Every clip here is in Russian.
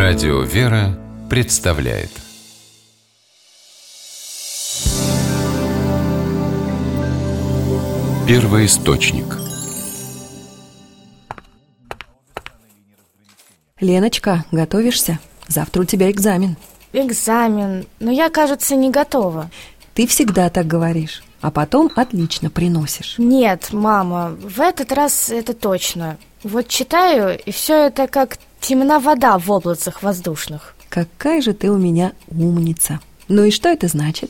Радио «Вера» представляет Первоисточник. Леночка, готовишься? Завтра у тебя экзамен. Экзамен? Но я, кажется, не готова. Ты всегда так говоришь, а потом отлично приносишь. Нет, мама, в этот раз это точно. Вот читаю, и все это как темна вода в облацах воздушных. Какая же ты у меня умница. Ну и что это значит?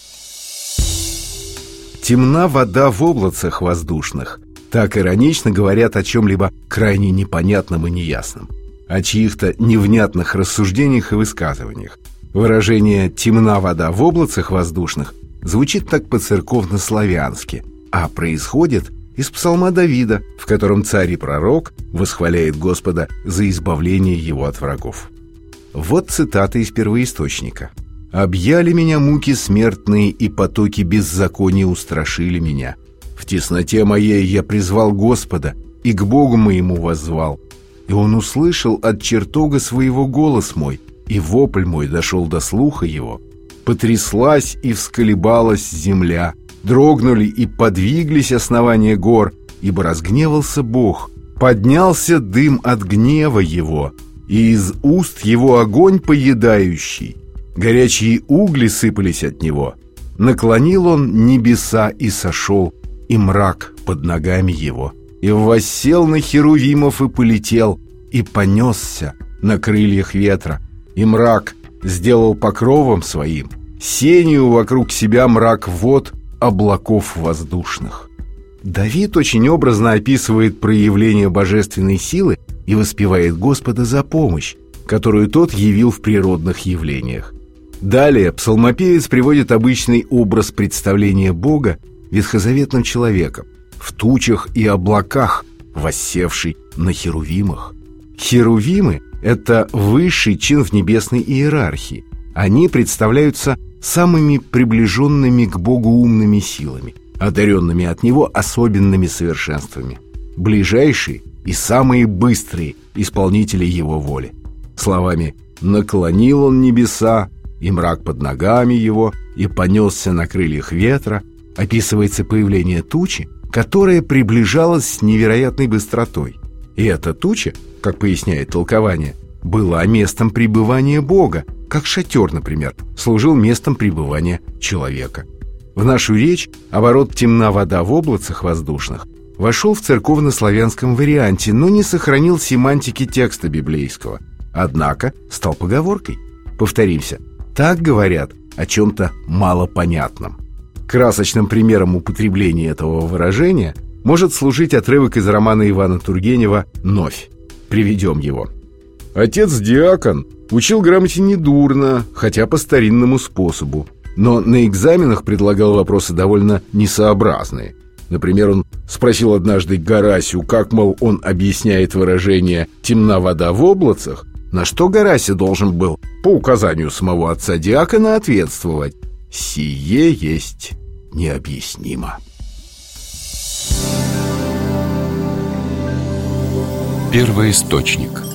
Темна вода в облацах воздушных. Так иронично говорят о чем-либо крайне непонятном и неясном, о чьих-то невнятных рассуждениях и высказываниях. Выражение «темна вода в облацах воздушных» звучит так по-церковно-славянски, а происходит из псалма Давида, в котором царь и пророк восхваляет Господа за избавление его от врагов. Вот цитата из первоисточника. «Объяли меня муки смертные, и потоки беззакония устрашили меня. В тесноте моей я призвал Господа, и к Богу моему воззвал. И Он услышал от чертога своего голос мой, и вопль мой дошел до слуха его. Потряслась и всколебалась земля, дрогнули и подвиглись основания гор, ибо разгневался Бог, поднялся дым от гнева его, и из уст его огонь поедающий, горячие угли сыпались от него. Наклонил он небеса и сошел, и мрак под ногами его, и воссел на херувимов и полетел, и понесся на крыльях ветра, и мрак сделал покровом своим, сенью вокруг себя мрак вод облаков воздушных». Давид очень образно описывает проявление божественной силы и воспевает Господа за помощь, которую Тот явил в природных явлениях. Далее псалмопевец приводит обычный образ представления Бога ветхозаветным человеком в тучах и облаках, воссевший на херувимах. Херувимы — это высший чин в небесной иерархии. Они представляются самыми приближенными к Богу умными силами, одаренными от Него особенными совершенствами, ближайшие и самые быстрые исполнители Его воли. Словами «наклонил Он небеса, и мрак под ногами Его, и понесся на крыльях ветра» описывается появление тучи, которая приближалась с невероятной быстротой. И эта туча, как поясняет толкование, была местом пребывания Бога, как шатер, например, служил местом пребывания человека. В нашу речь оборот «темна вода в облацах воздушных» вошел в церковно-славянском варианте, но не сохранил семантики текста библейского, однако стал поговоркой. Повторимся, так говорят о чем-то малопонятном. Красочным примером употребления этого выражения может служить отрывок из романа Ивана Тургенева «Новь». Приведем его. «Отец-диакон учил грамоте недурно, хотя по старинному способу, но на экзаменах предлагал вопросы довольно несообразные. Например, он спросил однажды Гарасю, как, мол, он объясняет выражение «темна вода в облацах», на что Гарася должен был, по указанию самого отца-диакона, ответствовать: «Сие есть необъяснимо». Первоисточник.